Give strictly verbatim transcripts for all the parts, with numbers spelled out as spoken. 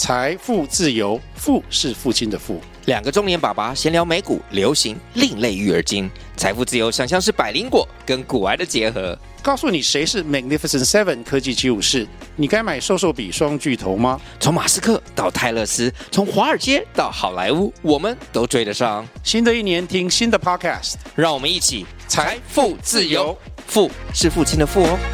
财富自由，富是父亲的富。 两个中年爸爸闲聊美股、流行、另类育儿经。财富自由想象是百灵果跟股癌的结合。 告诉你谁是 Magnificent Seven 科技七武士，你该买瘦瘦比双巨头吗？ 从马斯克到泰勒斯，从华尔街到好莱坞，我们都追得上。 新的一年听新的 Podcast， 让我们一起财富自由， 富是父亲的富哦。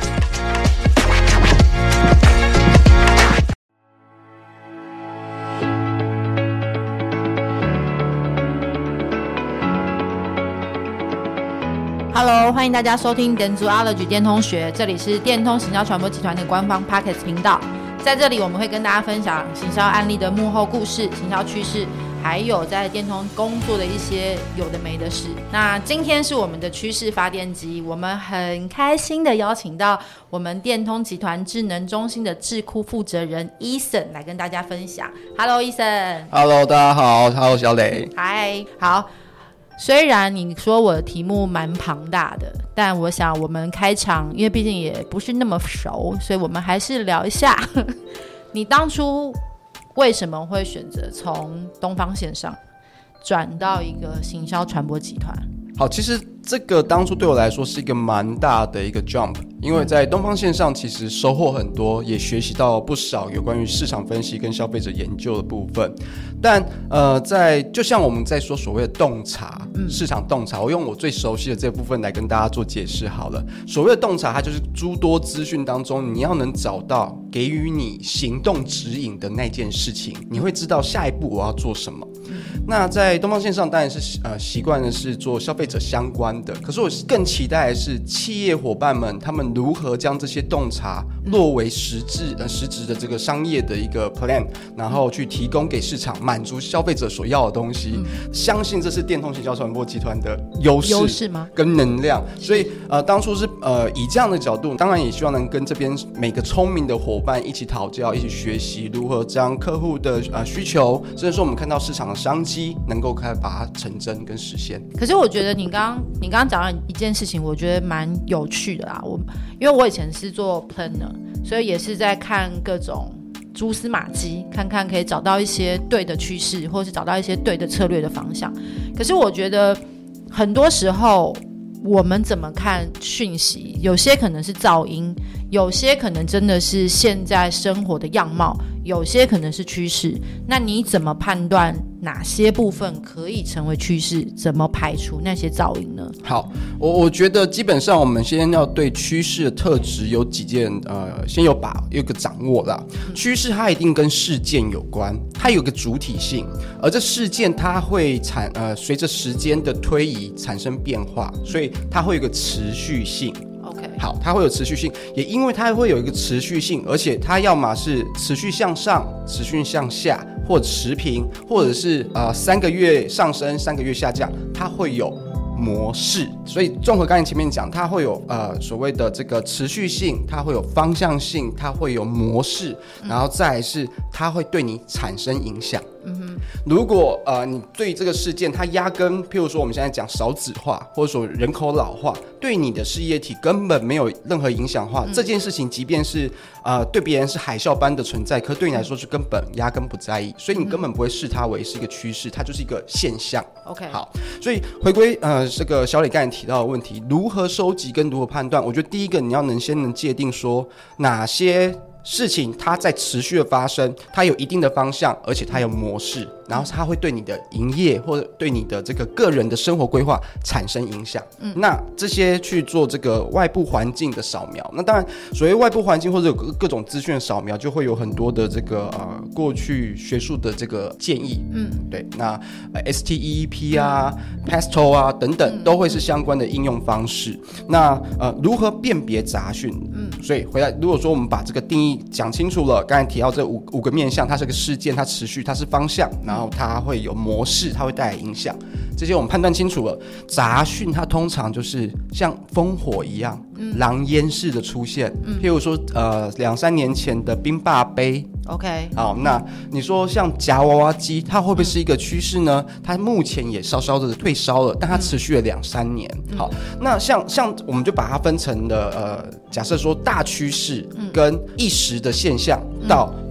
Hello， 欢迎大家收听 Dentsuology 电通学，这里是电通行销传播集团的官方 Podcast 频道。在这里我们会跟大家分享行销案例的幕后故事、行销趋势，还有在电通工作的一些有的没的事。那今天是我们的趋势发电机，我们很开心的邀请到我们电通集团智能中心的智库负责人 Eason 来跟大家分享。Hello Eason。 Hello 大家好。 Hello 小磊。 嗨。好，虽然你说我的题目蛮庞大的，但我想我们开场，因为毕竟也不是那么熟，所以我们还是聊一下你当初为什么会选择从东方线上转到一个行销传播集团？ 好，其实这个当初对我来说是一个蛮大的一个 jump， 因为在东方线上其实收获很多，也学习到不少有关于市场分析跟消费者研究的部分。但呃，在就像我们在说所谓的洞察，市场洞察，我用我最熟悉的这部分来跟大家做解释好了。所谓的洞察，它就是诸多资讯当中，你要能找到给予你行动指引的那件事情，你会知道下一步我要做什么。那在东方线上当然是呃习惯的是做消费者相关的，可是我更期待的是企业伙伴们他们如何将这些洞察落为实质呃实质的这个商业的一个 plan， 然后去提供给市场，满足消费者所要的东西。嗯、相信这是电通行销传播集团的优势，优势吗？跟能量。所以呃当初是呃以这样的角度，当然也希望能跟这边每个聪明的伙伴一起讨教，一起学习如何将客户的呃需求，甚至说我们看到市场的商机，能够开把它成真跟实现。 可是我觉得你刚刚你刚刚讲到一件事情，我觉得蛮有趣的啦。我因为我以前是做 planner， 所以也是在看各种蛛丝马迹，看看可以找到一些对的趋势，或是找到一些对的策略的方向。可是我觉得很多时候我们怎么看讯息，有些可能是噪音，有些可能真的是现在生活的样貌，有些可能是趋势。那你怎么判断哪些部分可以成为趋势，怎么排除那些噪音呢？ 好，我我觉得基本上我们先要对趋势的特质有几件呃，先有把有个掌握啦。趋势它一定跟事件有关，它有个主体性，而这事件它会产呃随着时间的推移产生变化，所以它会有个持续性。 Okay. 好，它会有持续性，也因为它会有一个持续性，而且它要么是持续向上、持续向下，或者持平，或者是呃三个月上升、三个月下降，它会有模式。所以综合刚才前面讲，它会有呃所谓的这个持续性，它会有方向性，它会有模式，然后再来是它会对你产生影响。嗯哼，如果呃你对这个事件它压根，譬如说我们现在讲少子化，或者说人口老化，对你的事业体根本没有任何影响的话，嗯、这件事情即便是呃对别人是海啸般的存在，可对你来说是根本压根不在意，所以你根本不会视它为是一个趋势，它就是一个现象。 OK， 好，所以回归呃这个小磊刚才提到的问题，如何收集跟如何判断，我觉得第一个你要能先能界定说哪些事情它在持续的发生，它有一定的方向，而且它有模式，然后它会对你的营业或者对你的这个个人的生活规划产生影响。嗯，那这些去做这个外部环境的扫描，那当然所谓外部环境或者有各种资讯的扫描，就会有很多的这个呃过去学术的这个建议。嗯，对，那、呃、S T E E P 啊、嗯、P E S T O 啊等等，都会是相关的应用方式。那呃如何辨别杂讯？嗯，所以回来如果说我们把这个定义讲清楚了，刚才提到这 五, 五个面向，它是个事件，它持续，它是方向，然后它会有模式，它会带来影响，这些我们判断清楚了。杂讯它通常就是像烽火一样，嗯、狼烟式的出现，嗯、譬如说呃两三年前的冰霸杯。 OK， 好，那你说像夹娃娃机，它会不会是一个趋势呢？嗯、它目前也稍稍的退烧了，但它持续了两三年。嗯、好，那像像我们就把它分成了呃，假设说大趋势跟一时的现象到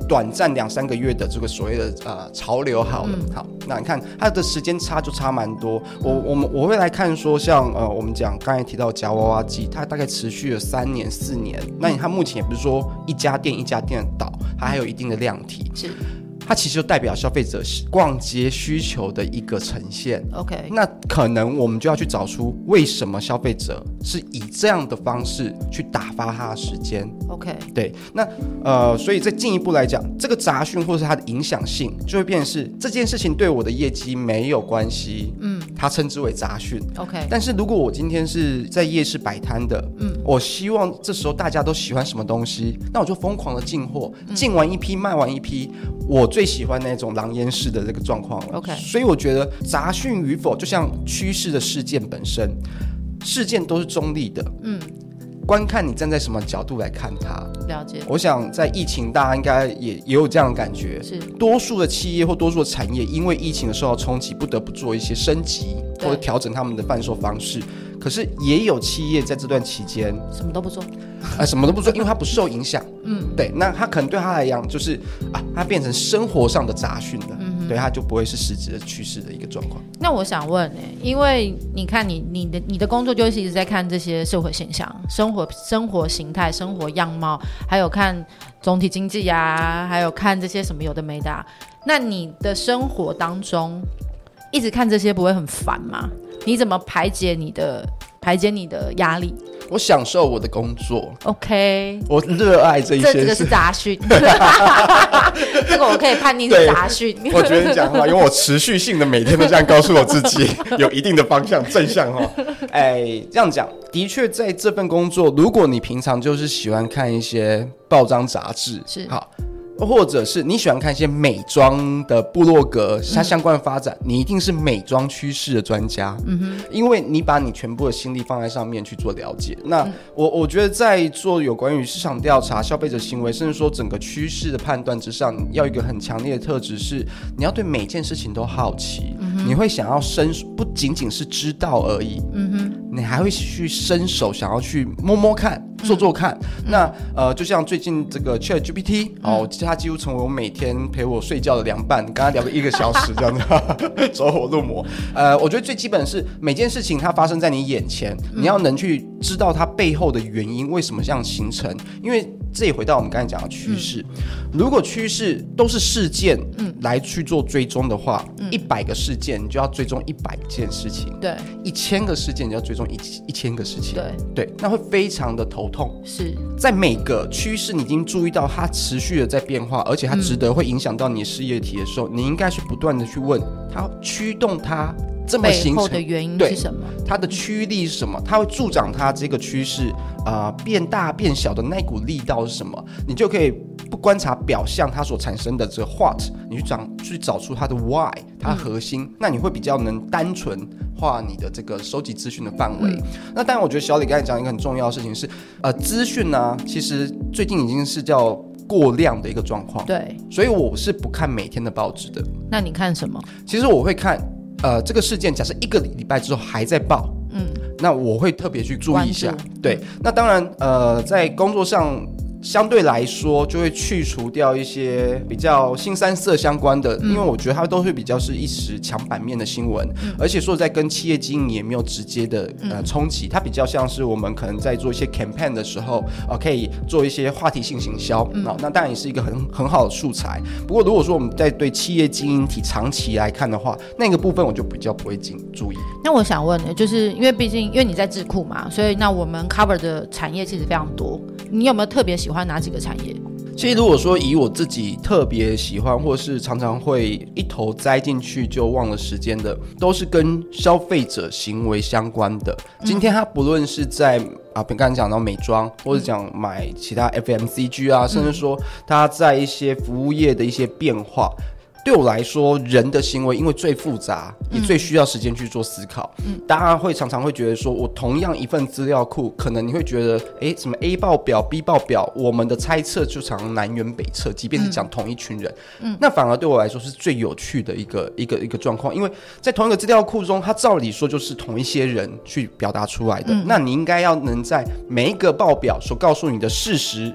短暂两三个月的这个所谓的呃潮流好了、嗯、好，那你看它的时间差就差蛮多。我我们我会来看说像呃我们讲刚才提到夹娃娃机，它大概持续了三年四年，那它目前也不是说一家店一家店的倒，它还有一定的量体， 是它其实就代表消费者逛街需求的一个呈现。 OK， 那可能我们就要去找出为什么消费者是以这样的方式去打发他的时间。 OK， 对，那呃，所以再进一步来讲，这个杂讯或是它的影响性就会变成是这件事情对我的业绩没有关系，嗯，它称之为杂讯。 OK， 但是如果我今天是在夜市摆摊的，嗯，我希望这时候大家都喜欢什么东西，那我就疯狂的进货，进完一批卖完一批，我最喜欢那种狼烟式的这个状况了。 OK， 所以我觉得杂讯与否就像趋势的事件本身，事件都是中立的，嗯，观看你站在什么角度来看它。 了解。 我想在疫情大家应该 也, 也有这样的感觉， 是多数的企业或多数的产业因为疫情的受到冲击，不得不做一些升级或者调整他们的贩售方式。可是也有企业在这段期间什么都不做， 啊，什么都不做，因为它不受影响。嗯，对，那它可能对他来讲就是啊，它变成生活上的杂讯了。嗯，对，它就不会是实质的趋势的一个状况。 那我想问、欸、因为你看你你的你的工作就是一直在看这些社会现象、生活生活形态、生活样貌，还有看总体经济啊，还有看这些什么有的没的、啊。那你的生活当中一直看这些不会很烦吗？你怎么排解你的排解你的压力？ 我享受我的工作 ，OK， 我热爱这一些事。 这个是杂讯，这个我可以判定是杂讯。 我觉得你讲话，因为我持续性的每天都这样告诉我自己，有一定的方向，正向哈。哎，这样讲，的确在这份工作，如果你平常就是喜欢看一些报章杂志， 是好。或者是你喜欢看一些美妆的部落格，它相关的发展、嗯、你一定是美妆趋势的专家、嗯、哼，因为你把你全部的心力放在上面去做了解。那、嗯、我我觉得在做有关于市场调查、消费者行为，甚至说整个趋势的判断之上，要有一个很强烈的特质是你要对每件事情都好奇、嗯、你会想要伸，不仅仅是知道而已、嗯哼，你还会去伸手想要去摸摸看、做做看、嗯、那呃，就像最近这个 ChatGPT、嗯、哦，它几乎成为我每天陪我睡觉的凉伴，跟他聊个一个小时这样子，走火入魔。呃，我觉得最基本的是每件事情它发生在你眼前，你要能去知道它背后的原因，为什么这样形成。因为这也回到我们刚才讲的趋势、嗯，如果趋势都是事件来去做追踪的话，一百、嗯、个事件你就要追踪一百件事情， 对， 一千个事件你就要追踪一一千个事情， 对对，那会非常的头痛。 是在每个趋势你已经注意到它持续的在变化，而且它值得会影响到你的事业体的时候、嗯、你应该去不断的去问它驱动它这么形成背后的原因是什么， 它的驱力是什么，它会助长它这个趋势、呃、变大变小的那股力道是什么，你就可以不观察表象它所产生的这个 what， 你去找去找出它的 why， 它核心、嗯、那你会比较能单纯化你的这个收集资讯的范围、嗯、那当然我觉得小李刚才讲一个很重要的事情是呃，资讯呢其实最近已经是叫过量的一个状况， 对， 所以我是不看每天的报纸的。 那你看什么？ 其实我会看呃，这个事件假设一个礼拜之后还在报，嗯，那我会特别去注意一下。对、嗯，那当然，呃，在工作上相对来说就会去除掉一些比较新三色相关的、嗯、因为我觉得它都会比较是一时抢版面的新闻、嗯、而且说在跟企业经营也没有直接的、呃、冲击，它比较像是我们可能在做一些 campaign 的时候、呃、可以做一些话题性行销、嗯哦、那当然也是一个 很, 很好的素材。不过如果说我们在对企业经营体长期来看的话，那个部分我就比较不会注意。 那我想问的就是因为毕竟因为你在智库嘛，所以那我们 cover 的产业其实非常多，你有没有特别喜欢哪几个产业？ 其实如果说以我自己特别喜欢或是常常会一头栽进去就忘了时间的，都是跟消费者行为相关的、嗯、今天它不论是在啊，刚刚讲到美妆，或者讲买其他 F M C G 啊、嗯、甚至说它在一些服务业的一些变化，对我来说人的行为因为最复杂、嗯、也最需要时间去做思考、嗯、大家会常常会觉得说我同样一份资料库，可能你会觉得诶什么 A 报表 B 报表，我们的猜测就常常南辕北辙，即便是讲同一群人、嗯、那反而对我来说是最有趣的一个一个一个状况，因为在同一个资料库中，它照理说就是同一些人去表达出来的、嗯、那你应该要能在每一个报表所告诉你的事实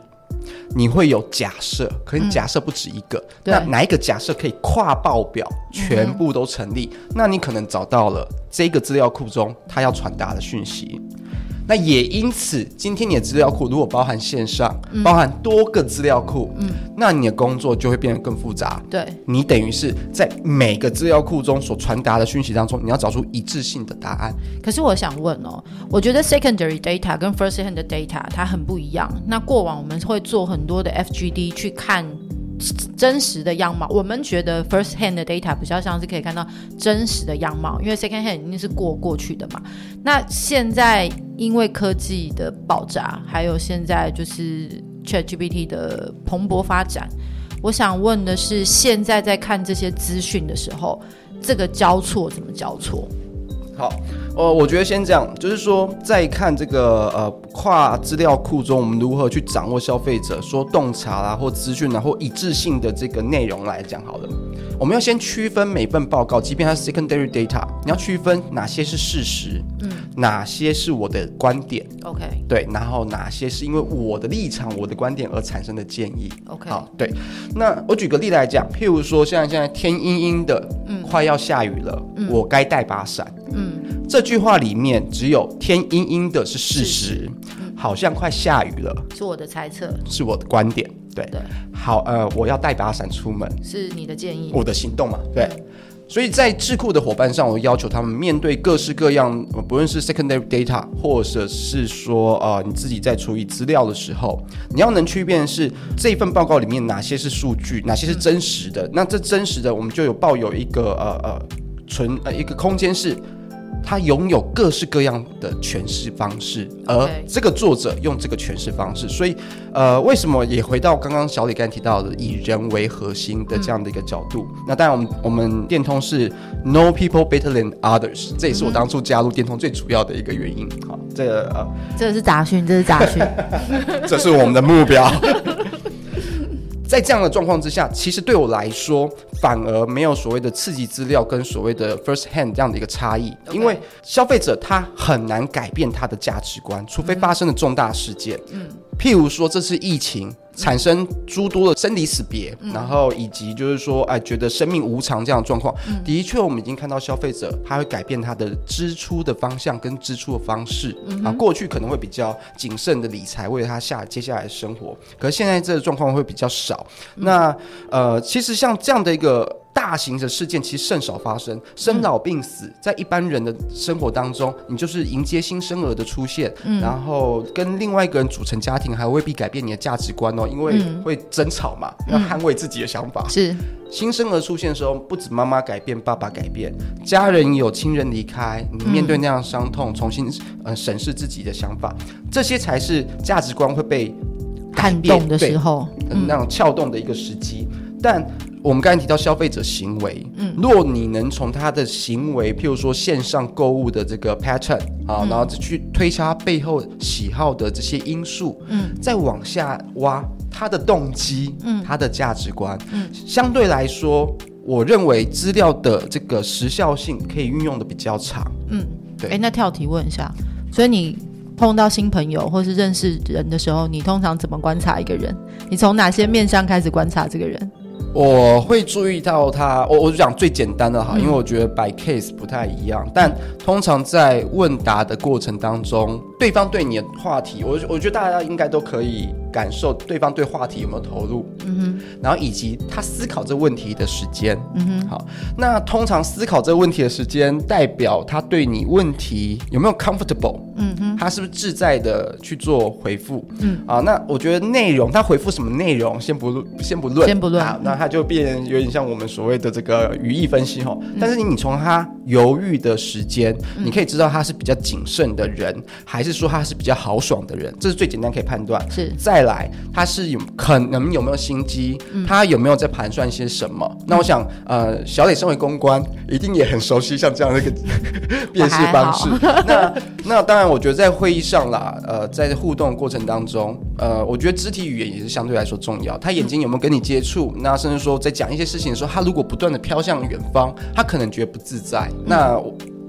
你会有假设，可能假设不止一个，嗯、那哪一个假设可以跨报表全部都成立？嗯、那你可能找到了这个资料库中它要传达的讯息。那也因此，今天你的资料库如果包含线上，嗯、包含多个资料库，嗯，那你的工作就会变得更复杂。 对， 你等于是在每个资料库中所传达的讯息当中，你要找出一致性的答案。 可是我想问哦，我觉得 secondary data 跟 first hand data 它很不一样。那过往我们会做很多的 F G D 去看真实的样貌，我们觉得 first hand 的 data 比较像是可以看到真实的样貌，因为 second hand 一定是过过去的嘛。那现在因为科技的爆炸，还有现在就是 ChatGPT 的蓬勃发展，我想问的是，现在在看这些资讯的时候，这个交错怎么交错？ 好，呃，我觉得先这样，就是说，在看这个呃跨资料库中，我们如何去掌握消费者说洞察啦，或资讯啦，或一致性的这个内容来讲好了。我们要先区分每份报告，即便它是 secondary data， 你要区分哪些是事实，嗯，哪些是我的观点 ，OK， 对， 然后哪些是因为我的立场、我的观点而产生的建议 ，OK， 好，对。那我举个例来讲，譬如说，现在现在天阴阴的，嗯，快要下雨了，嗯、我该带把伞，嗯。这句话里面只有天阴阴的是事实，嗯、好像快下雨了， 是我的猜测， 是我的观点，对。对好，呃，我要带把伞出门， 是你的建议， 我的行动嘛，对。嗯、所以在智库的伙伴上，我要求他们面对各式各样，不论是 secondary data， 或者是说呃你自己在处理资料的时候，你要能区辨是这份报告里面哪些是数据，哪些是真实的。嗯、那这真实的，我们就有抱有一个呃呃存呃一个空间是。它拥有各式各样的诠释方式，而这个作者用这个诠释方式，所以，呃，为什么也回到刚刚小李刚才提到的以人为核心的这样的一个角度？嗯、那当然，我们我们电通是 know people better than others， 这也是我当初加入电通最主要的一个原因。好，这个呃， 这个是杂讯，这是杂讯， 这是我们的目标。在这样的状况之下，其实对我来说反而没有所谓的刺激资料跟所谓的 first hand 这样的一个差异， okay. 因为消费者他很难改变他的价值观，除非发生了重大事件。嗯，譬如说这次疫情产生诸多的生离死别，嗯、然后以及就是说，哎，觉得生命无常这样的状况，嗯、的确我们已经看到消费者他会改变他的支出的方向跟支出的方式。嗯、啊，过去可能会比较谨慎的理财，为了他下接下来的生活，可是现在这个状况会比较少。嗯、那呃，其实像这样的一个。大型的事件其实甚少发生，生老病死在一般人的生活当中，你就是迎接新生儿的出现，嗯、然后跟另外一个人组成家庭，还未必改变你的价值观哦，因为会争吵嘛，嗯、要捍卫自己的想法。是新生儿出现的时候，不止妈妈改变，爸爸改变，家人有亲人离开，你面对那样的伤痛，重新呃审视自己的想法，这些才是价值观会被撼动的时候， 嗯、那种撬动的一个时机，但。我们刚才提到消费者行为，嗯，如果你能从他的行为，譬如说线上购物的这个 pattern 啊，嗯、然后去推敲他背后喜好的这些因素，嗯，再往下挖他的动机，嗯，他的价值观，嗯，相对来说，我认为资料的这个时效性可以运用的比较长，嗯，对。 哎，那跳题问一下，所以你碰到新朋友或是认识人的时候，你通常怎么观察一个人？你从哪些面向开始观察这个人？ 我会注意到他，我我就讲最简单的哈，嗯、因为我觉得 by case 不太一样，但通常在问答的过程当中，对方对你的话题，我我觉得大家应该都可以感受对方对话题有没有投入，嗯哼，然后以及他思考这问题的时间，嗯哼，好，那通常思考这问题的时间，代表他对你问题有没有 comfortable，嗯哼，他是不是自在的去做回复，嗯，啊，那我觉得内容他回复什么内容，先不先不论， 先不论， 好，那他就变有点像我们所谓的这个语义分析哈，嗯、但是你从他犹豫的时间，嗯、你可以知道他是比较谨慎的人，还是说他是比较豪爽的人，这是最简单可以判断。是，再来他是有可能有没有心机，嗯、他有没有在盘算些什么？嗯、那我想，呃，小磊身为公关，一定也很熟悉像这样的一个辨识方式。那那当然，我觉得在会议上啦，呃，在互动的过程当中，呃，我觉得肢体语言也是相对来说重要。他眼睛有没有跟你接触？那甚至说在讲一些事情的时候，他如果不断的飘向远方，他可能觉得不自在。嗯、那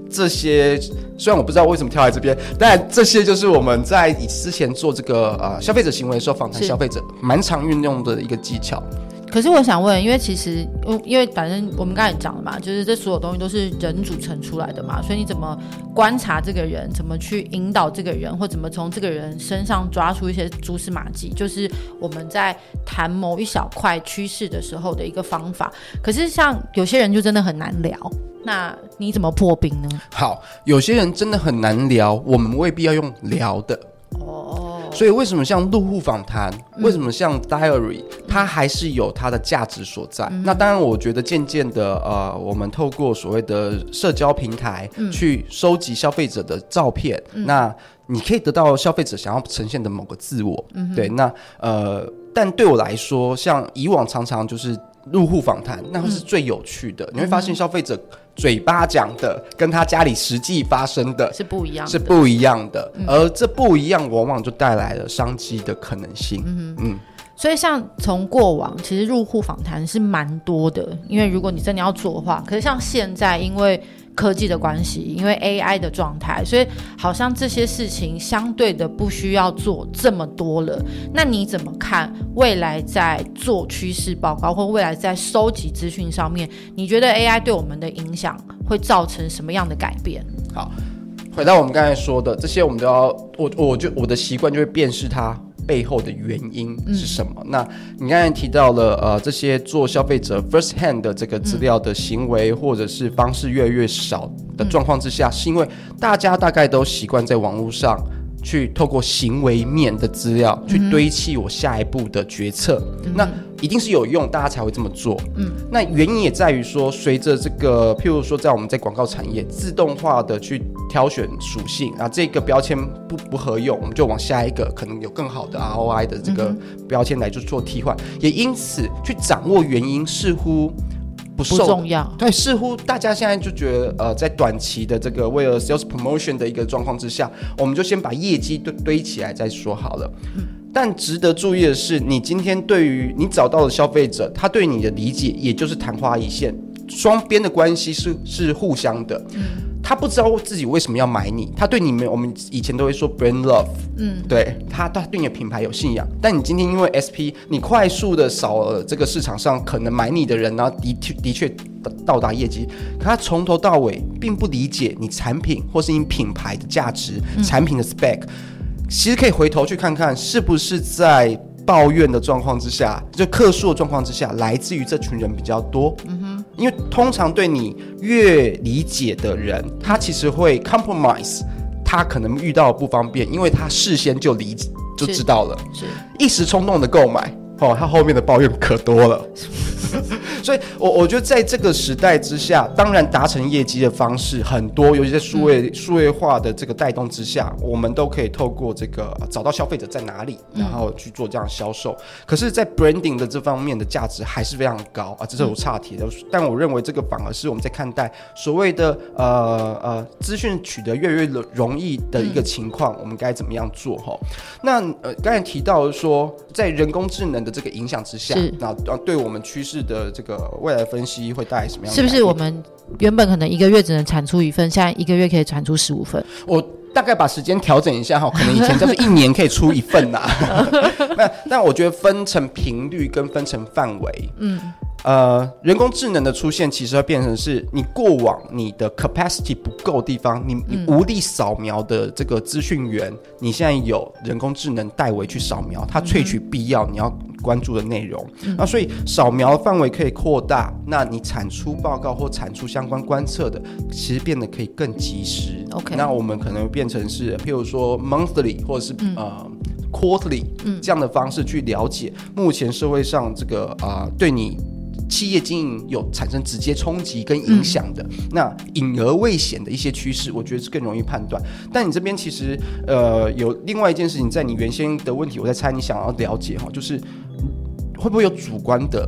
这些虽然我不知道为什么跳在这边，但这些就是我们在之前做这个呃消费者行为的时候访谈消费者蛮常运用的一个技巧。 可是我想问，因为其实因为反正我们刚才讲了嘛，就是这所有东西都是人组成出来的嘛，所以你怎么观察这个人，怎么去引导这个人，或怎么从这个人身上抓出一些蛛丝马迹，就是我们在谈某一小块趋势的时候的一个方法。可是像有些人就真的很难聊，那你怎么破冰呢？ 好，有些人真的很难聊，我们未必要用聊的哦。所以为什么像录户访谈、嗯、为什么像 diary 它还是有它的价值所在、嗯、那当然我觉得渐渐的呃，我们透过所谓的社交平台、嗯、去收集消费者的照片、嗯、那你可以得到消费者想要呈现的某个自我、嗯、对，那呃，但对我来说像以往常常就是入户访谈那是最有趣的、嗯、你会发现消费者嘴巴讲的跟他家里实际发生的是不一样的， 是不一样的、嗯、而这不一样往往就带来了商机的可能性。嗯嗯，所以像从过往其实入户访谈是蛮多的，因为如果你真的要做的话，可是像现在因为科技的关系，因为 A I 的状态，所以好像这些事情相对的不需要做这么多了。那你怎么看未来在做趋势报告或未来在收集资讯上面，你觉得 A I 对我们的影响会造成什么样的改变？ 好，回到我们刚才说的这些，我们都要我我就我的习惯就会辨识它背后的原因是什么、嗯、那你刚才提到了呃这些做消费者 first hand 的这个资料的行为、嗯、或者是方式越来越少的状况之下、嗯、是因为大家大概都习惯在网络上去透过行为面的资料去堆砌我下一步的决策、嗯、那一定是有用大家才会这么做、嗯、那原因也在于说随着这个譬如说在我们在广告产业自动化的去挑选属性啊，这个标签 不, 不合用我们就往下一个可能有更好的 R O I 的这个标签来就做替换、嗯、也因此去掌握原因似乎不, 受不重要， 对，似乎大家现在就觉得，呃，在短期的这个为了 sales promotion 的一个状况之下，我们就先把业绩堆堆起来再说好了。嗯、但值得注意的是，你今天对于你找到的消费者，他对你的理解，也就是昙花一现，双边的关系是是互相的。嗯他不知道自己为什么要买你，他对你们我们以前都会说 brand love， 嗯，对他他对你的品牌有信仰，但你今天因为 S P 你快速的少了这个市场上可能买你的人，然后的的确到达业绩，可他从头到尾并不理解你产品或是你品牌的价值、嗯、产品的 spec， 其实可以回头去看看是不是在抱怨的状况之下，就客诉的状况之下，来自于这群人比较多。嗯哼，因为通常对你越理解的人，他其实会 compromise， 他可能遇到的不方便，因为他事先就理解就知道了，是一时冲动的购买，哦，他后面的抱怨可多了。所以我，我觉得在这个时代之下，当然达成业绩的方式很多，尤其在数位、嗯、数位化的这个带动之下，我们都可以透过这个找到消费者在哪里，然后去做这样的销售。嗯、可是，在 branding 的这方面的价值还是非常高啊，这是我岔题的。嗯、但我认为这个反而是我们在看待所谓的呃呃资讯取得越来越容易的一个情况，嗯、我们该怎么样做哈？那呃刚才提到说，在人工智能的这个影响之下，那对我们趋势的这个未来分析会带来什么样的？是不是我们原本可能一个月只能产出一份，现在一个月可以产出十五份？ 我大概把时间调整一下哈，可能以前就是一年可以出一份呐、啊。那但我觉得分成频率跟分成范围，嗯。呃，人工智能的出现其实会变成是你过往你的 capacity 不够的地方，你你无力扫描的这个资讯源，嗯、你现在有人工智能代为去扫描，它萃取必要你要关注的内容。嗯、那所以扫描范围可以扩大，那你产出报告或产出相关观测的，其实变得可以更及时。OK， 那我们可能变成是，譬如说 monthly 或者是、嗯、呃 quarterly、嗯、这样的方式去了解目前社会上这个啊、呃、对你企业经营有产生直接冲击跟影响的、嗯、那隐而未显的一些趋势，我觉得是更容易判断。但你这边其实呃有另外一件事情，在你原先的问题，我在猜你想要了解哈，就是会不会有主观的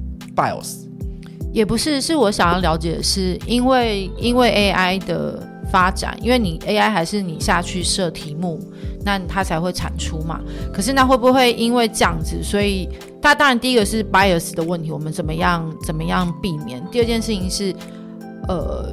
bias？ 也不是，是我想要了解的是，因为因为 A I 的发展，因为你 A I 还是你下去设题目，那它才会产出嘛。可是那会不会因为这样子，所以它当然第一个是 bias 的问题，我们怎么样怎么样避免？第二件事情是，呃，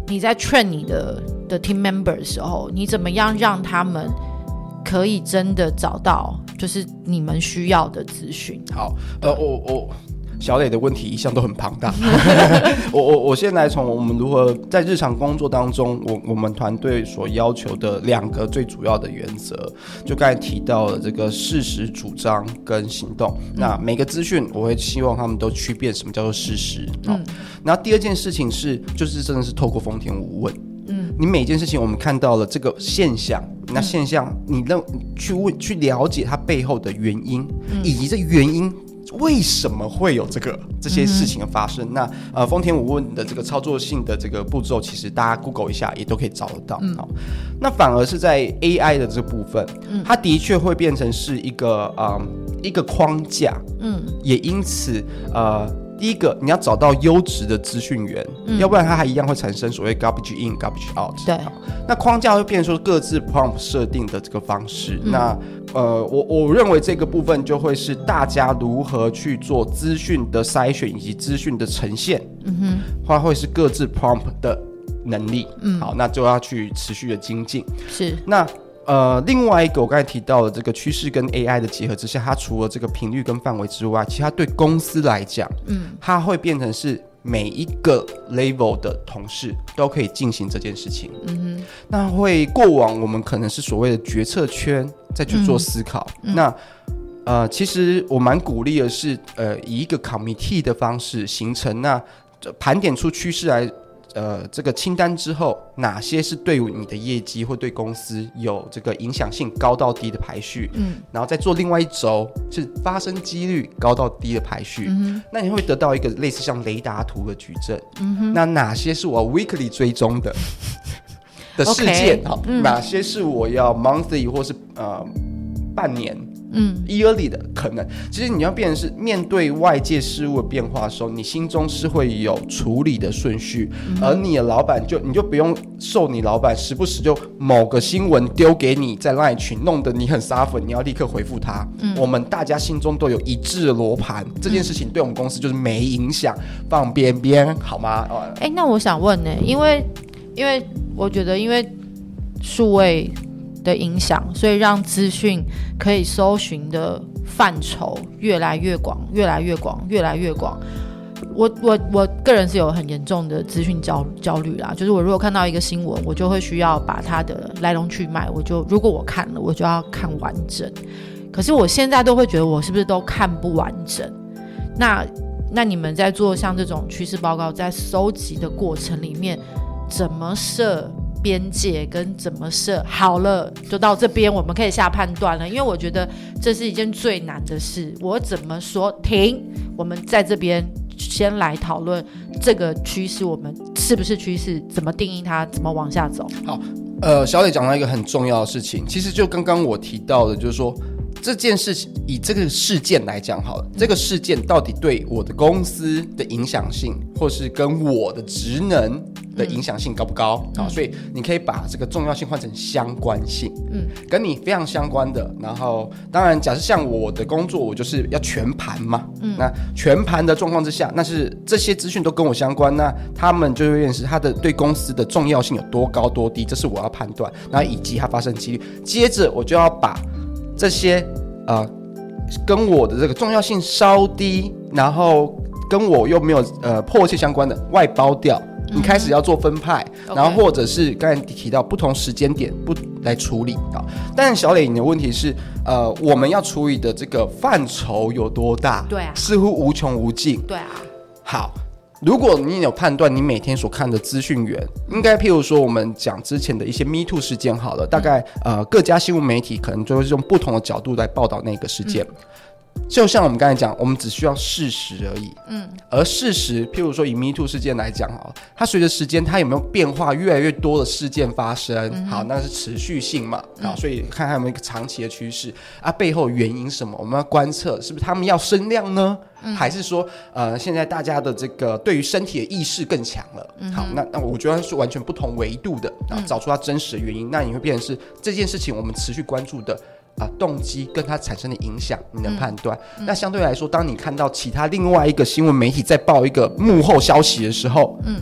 你在 train 你的的 team member 的时候，你怎么样让他们可以真的找到就是你们需要的资讯？ 好，呃，我我小磊的问题一向都很庞大，我我我先来从我们如何在日常工作当中，我我们团队所要求的两个最主要的原则，就刚才提到了这个事实主张跟行动。嗯、那每个资讯，我会希望他们都区辨什么叫做事实。嗯，然后第二件事情是，就是真的是透过丰田无问。嗯，你每一件事情我们看到了这个现象，那现象你认去问去了解它背后的原因，嗯、以及这原因为什么会有这个这些事情的发生。嗯、那呃，丰田无问的这个操作性的这个步骤，其实大家 Google 一下也都可以找得到。嗯、那反而是在 A I 的这部分，嗯、它的确会变成是一个呃一个框架，嗯，也因此呃。第一个，你要找到优质的资讯源，嗯、要不然它还一样会产生所谓 garbage in、garbage out。 对， 那框架会变成说各自 prompt 设定的这个方式。嗯、那呃，我我认为这个部分就会是大家如何去做资讯的筛选以及资讯的呈现，嗯哼，它会是各自 prompt 的能力。嗯，好，那就要去持续的精进。 是， 那。呃，另外一个我刚才提到的这个趋势跟 A I 的结合之下，它除了这个频率跟范围之外，其实它对公司来讲，嗯，它会变成是每一个 level 的同事都可以进行这件事情。嗯哼，那会过往我们可能是所谓的决策圈再去做思考，嗯、那。呃，其实我蛮鼓励的是，呃，以一个 committee 的方式形成，那盘点出趋势来。呃，这个清单之后，哪些是对你的业绩或对公司有这个影响性高到低的排序？嗯，然后再做另外一轴是发生几率高到低的排序。嗯、那你会得到一个类似像雷达图的矩阵。嗯、那哪些是我 weekly 追踪的的事件？好、okay, 嗯，哪些是我要 monthly 或是呃半年？嗯 ，yearly 的可能，其实你要变成是面对外界事物的变化的时候，你心中是会有处理的顺序，嗯、而你的老板就你就不用受你老板时不时就某个新闻丢给你在 LINE 群，弄得你很撒粉，你要立刻回复他。嗯、我们大家心中都有一致的罗盘，这件事情对我们公司就是没影响，放边边好吗？ 哎、欸，那我想问呢、欸，因为因为我觉得因为数位的影响，所以让资讯可以搜寻的范畴越来越广，越来越广，越来越广。我我我个人是有很严重的资讯焦焦虑啦，就是我如果看到一个新闻，我就会需要把它的来龙去脉，我就如果我看了，我就要看完整。可是我现在都会觉得我是不是都看不完整？那那你们在做像这种趋势报告，在收集的过程里面，怎么设边界跟怎么设好了，就到这边我们可以下判断了。因为我觉得这是一件最难的事。我怎么说停？我们在这边先来讨论这个趋势，我们是不是趋势？怎么定义它？怎么往下走？ 好，呃，小磊讲到一个很重要的事情，其实就刚刚我提到的，就是说这件事情以这个事件来讲好了，这个事件到底对我的公司的影响性，或是跟我的职能的影响性高不高、嗯、所以你可以把这个重要性换成相关性，嗯，跟你非常相关的。然后当然假设像我的工作，我就是要全盘嘛，嗯，那全盘的状况之下，那是这些资讯都跟我相关，那他们就会认识它的对公司的重要性有多高多低，这是我要判断，然后以及它发生几率。接着我就要把这些呃跟我的这个重要性稍低，然后跟我又没有呃迫切相关的外包掉。你开始要做分派，嗯、然后或者是刚才提到不同时间点不来处理啊。但小磊，你的问题是，呃，我们要处理的这个范畴有多大？对啊，似乎无穷无尽。 对啊。 好，如果你有判断，你每天所看的资讯源，应该譬如说我们讲之前的一些 Me Too 事件好了，大概、嗯、呃各家新闻媒体可能就会用不同的角度来报道那个事件。嗯，就像我们刚才讲，我们只需要事实而已。嗯，而事实，譬如说以 Me Too 事件来讲，好，它随着时间，它有没有变化，越来越多的事件发生，嗯、好，那是持续性嘛，好，嗯、所以看看有没有一个长期的趋势啊，背后原因是什么，我们要观测，是不是他们要声量呢？嗯、还是说，呃，现在大家的这个对于身体的意识更强了？嗯、好，那那我觉得是完全不同维度的，啊，找出它真实的原因，嗯、那你会变成是这件事情我们持续关注的。啊，动机跟它产生的影响，你能判断、嗯嗯。那相对来说，当你看到其他另外一个新闻媒体在报一个幕后消息的时候，嗯，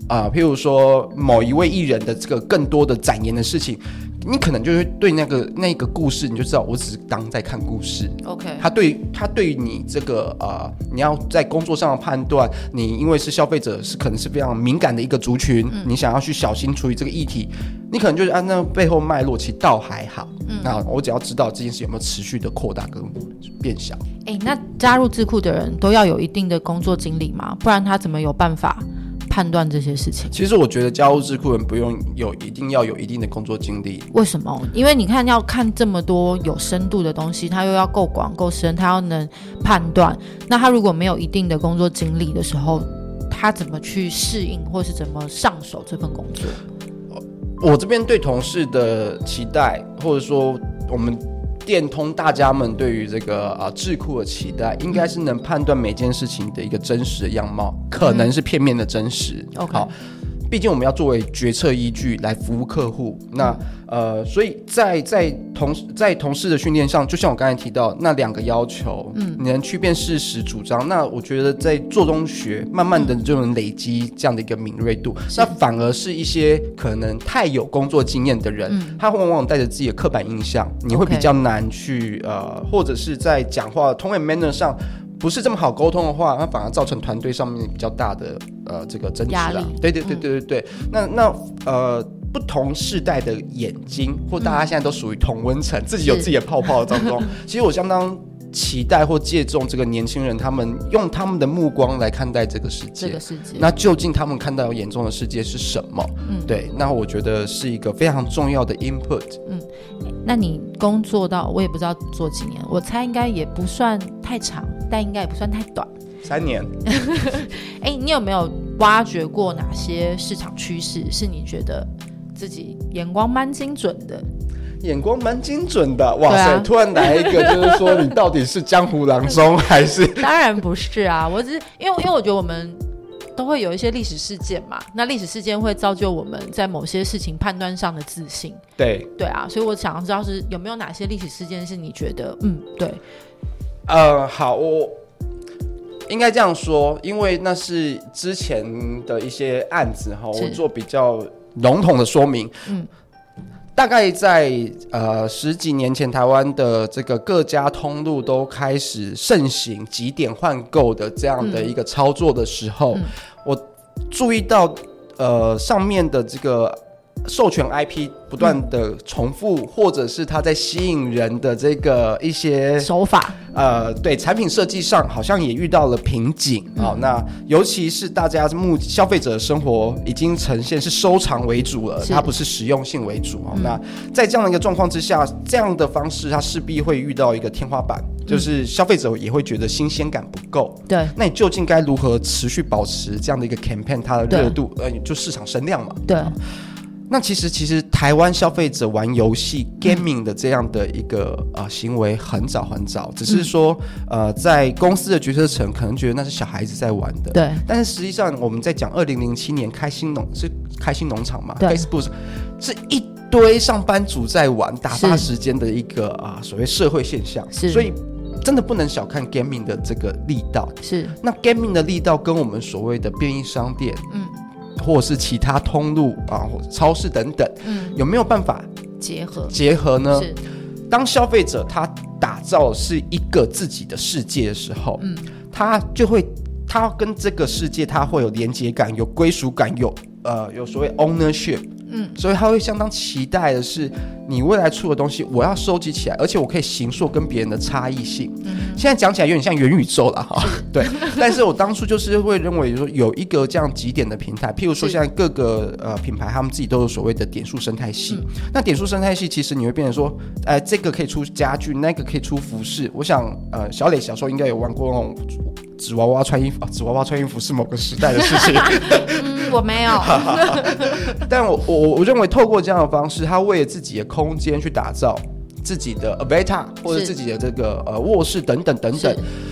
啊、呃，譬如说某一位艺人的这个更多的展言的事情，你可能就会对那个那个故事，你就知道我只是当在看故事。 OK， 他对他对于你这个呃，你要在工作上的判断，你因为是消费者，是可能是非常敏感的一个族群，嗯、你想要去小心处理这个议题，你可能就是按那背后脉络，其实倒还好。嗯，那我只要知道这件事有没有持续的扩大跟变小。 哎，那加入智库的人都要有一定的工作经历吗？不然他怎么有办法判断这些事情？ 其实我觉得加入智库人不用有一定要有一定的工作经历。 为什么？因为你看要看这么多有深度的东西，他又要够广够深，他要能判断。那他如果没有一定的工作经历的时候，他怎么去适应，或是怎么上手这份工作？ 我这边对同事的期待，或者说我们电通大家们对于这个啊智库的期待，应该是能判断每件事情的一个真实的样貌，可能是片面的真实。 嗯、OK， 好，毕竟我们要作为决策依据来服务客户。那呃，所以在在同在同事的训练上，就像我刚才提到那两个要求，嗯，你能区辨事实主张，那我觉得在做中学，慢慢的就能累积这样的一个敏锐度。嗯、那反而是一些可能太有工作经验的人，嗯、他往往带着自己的刻板印象，你会比较难去、okay. 呃，或者是在讲话 tone and manner 上不是这么好沟通的话，那反而造成团队上面比较大的呃这个争执啦。对对对对对对，嗯、那那呃。不同世代的眼睛，或大家现在都属于同温层，嗯、自己有自己的泡泡当中。其实我相当期待或借重这个年轻人，他们用他们的目光来看待这个世界。 这个世界， 那究竟他们看到眼中的世界是什么？嗯，对，那我觉得是一个非常重要的 input。嗯， 那你工作到我也不知道做几年，我猜应该也不算太长，但应该也不算太短。 三年。 哎、欸，你有没有挖掘过哪些市场趋势是你觉得自己眼光蛮精准的？ 眼光蛮精准的，哇塞！啊、突然来一个，就是说你到底是江湖郎中还是？ 当然不是啊，我只是因为因为我觉得我们都会有一些历史事件嘛，那历史事件会造就我们在某些事情判断上的自信。 对对啊，所以我想要知道是有没有哪些历史事件是你觉得嗯对？ 呃，好，我应该这样说，因为那是之前的一些案子哈，我做比较笼统的说明。嗯，大概在呃十几年前，台湾的这个各家通路都开始盛行集点换购的这样的一个操作的时候，嗯、我注意到呃上面的这个授权 I P 不断的重复，嗯、或者是它在吸引人的这个一些手法， 呃，对产品设计上好像也遇到了瓶颈啊、嗯哦。那尤其是大家目消费者的生活已经呈现是收藏为主了，它不是实用性为主、哦嗯、那在这样的一个状况之下，这样的方式它势必会遇到一个天花板，就是消费者也会觉得新鲜感不够。对，那你究竟该如何持续保持这样的一个 campaign 它的热度？呃，就市场声量嘛。对。那其实，其实台湾消费者玩游戏 gaming 的这样的一个、呃、行为很早很早，只是说、嗯、呃，在公司的决策层可能觉得那是小孩子在玩的，对。但是实际上，我们在讲二零零七年开心农是开心农场嘛 ，Facebook 是一堆上班族在玩打发时间的一个啊、呃、所谓社会现象，所以真的不能小看 gaming 的这个力道。是，那 gaming 的力道跟我们所谓的便利商店，嗯。或者是其他通路啊，或者超市等等，嗯，有没有办法结合结合呢？是，当消费者他打造是一个自己的世界的时候，嗯，他就会，他跟这个世界他会有连结感，有归属感，有呃有所谓 ownership。嗯，所以他会相当期待的是，你未来出的东西，我要收集起来，而且我可以形塑跟别人的差异性。嗯，现在讲起来有点像元宇宙了哈，对。但是我当初就是会认为说，有一个这样几点的平台，譬如说现在各个呃品牌，他们自己都有所谓的点数生态系。嗯、那点数生态系其实你会变成说，哎、呃，这个可以出家具，那个可以出服饰。我想，呃，小磊小时候应该有玩过那种纸娃娃穿衣服啊，纸娃娃穿衣服是某个时代的事情。 嗯，我没有。 但我我我认为透过这样的方式，他为了自己的空间去打造自己的 avatar 或者自己的这个呃卧室等等等等，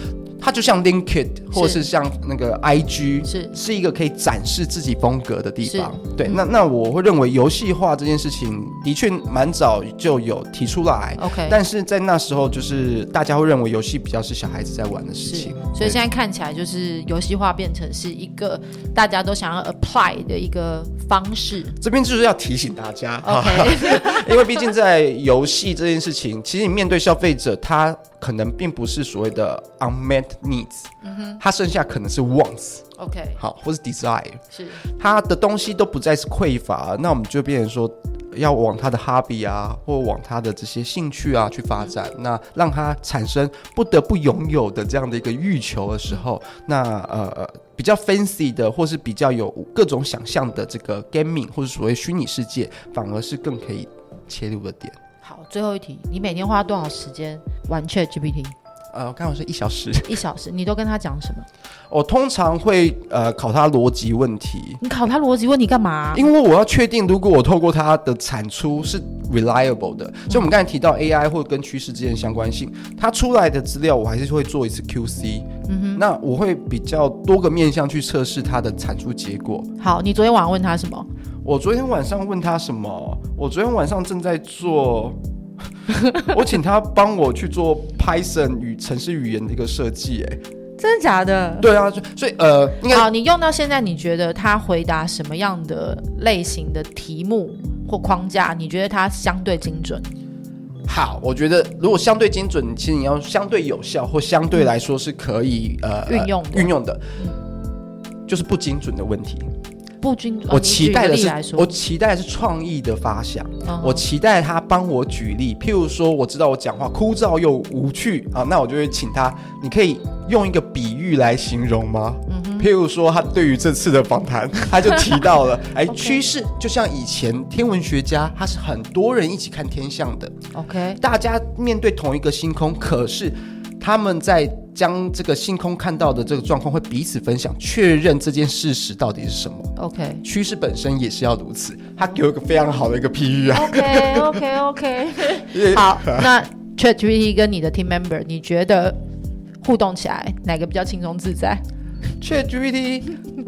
它就像 LinkedIn 或者是像那个 I G， 是是一个可以展示自己风格的地方。对， 嗯、 那那我会认为游戏化这件事情的确蛮早就有提出来 ，OK， 但是在那时候就是大家会认为游戏比较是小孩子在玩的事情， 所以现在看起来就是游戏化变成是一个大家都想要 apply 的一个方式。 这边就是要提醒大家 ，OK， 因为毕竟在游戏这件事情，其实你面对消费者，他可能并不是所谓的 unmet needs，嗯、他剩下可能是 wants。OK， 好，或是 desire， 是他的东西都不再是匮乏，那我们就变成说要往他的 hobby 啊，或往他的这些兴趣啊去发展，嗯、那让他产生不得不拥有的这样的一个欲求的时候，嗯、那呃比较 fancy 的，或是比较有各种想象的这个 gaming 或是所谓虚拟世界，反而是更可以切入的点。 好，最后一题，你每天花多少时间玩 ChatGPT？ 呃，我刚好是一小时， 一小时，你都跟他讲什么？ 我通常会呃考他逻辑问题。 你考他逻辑问题干嘛、啊？ 因为我要确定，如果我透过他的产出是 reliable 的，所以我们刚才提到 A I 或者跟趋势之间的相关性，它出来的资料我还是会做一次 Q C。嗯哼，那我会比较多个面向去测试它的产出结果。 好，你昨天晚上问他什么？ 我昨天晚上问他什么？我昨天晚上正在做。我请他帮我去做 Python 与程式语言的一个设计，哎， 真的假的？ 对啊，所以呃，应该好，你用到现在，你觉得他回答什么样的类型的题目或框架，你觉得他相对精准？ 好，我觉得如果相对精准，其实你要相对有效或相对来说是可以、嗯、呃运用的运用的、嗯，就是不精准的问题。 不均， 我期待的是， 哦、 我期待的是创意的发想。 嗯、 我期待他帮我举例，譬如说，我知道我讲话枯燥又无趣啊，那我就会请他，你可以用一个比喻来形容吗？嗯、譬如说，他对于这次的访谈，他就提到了，哎，趋势就像以前天文学家，他是很多人一起看天象的 ，OK， 大家面对同一个星空，可是他们在将这个星空看到的这个状况会彼此分享，确认这件事实到底是什么。 OK， 趋势本身也是要如此。他给我一个非常好的一个譬喻啊。 OK OK OK， 好，那 ChatGPT 跟你的 team member， 你觉得互动起来哪个比较轻松自在 ？ChatGPT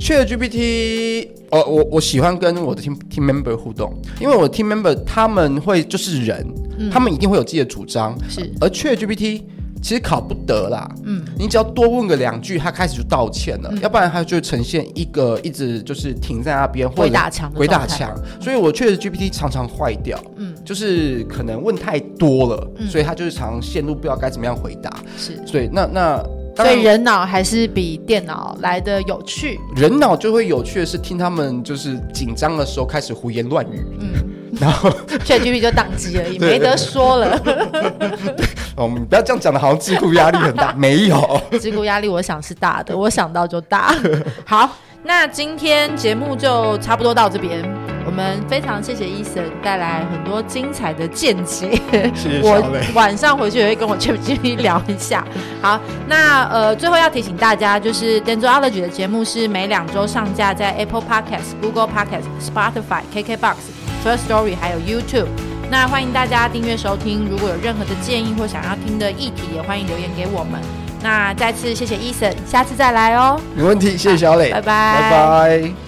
ChatGPT， 哦，我我喜欢跟我的 team team member 互动，因为我的 team member 他们会就是人，嗯、他们一定会有自己的主张， 是， 而 ChatGPT。其实考不得啦，嗯，你只要多问个两句，他开始就道歉了，嗯、要不然他就呈现一个一直就是停在那边， 鬼打墙， 鬼打墙。所以我确实 G P T 常常坏掉，嗯，就是可能问太多了，嗯、所以他就是常陷入不知道该怎么样回答。 是， 所以那那。 所以人脑还是比电脑来的有趣。 人脑就会有趣的是听他们就是紧张的时候开始胡言乱语，嗯，然后 ChatGPT 就宕机而已，没得说了。 哦，你不要这样讲的，好像智库压力很大，没有， 智库压力我想是大的，我想到就大。好，那今天节目就差不多到这边。我们非常谢谢Ethan带来很多精彩的见解， 谢谢我晚上回去也会跟我 ChatGPT 聊一下。好，那呃最后要提醒大家，就是 Denzology 的节目是每两周上架在 Apple Podcast、Google Podcast、Spotify、K K Box、First Story 还有 YouTube。那欢迎大家订阅收听，如果有任何的建议或想要听的议题，也欢迎留言给我们。那再次谢谢Ethan，下次再来哦。 没问题，谢谢小磊， 拜拜， 拜拜。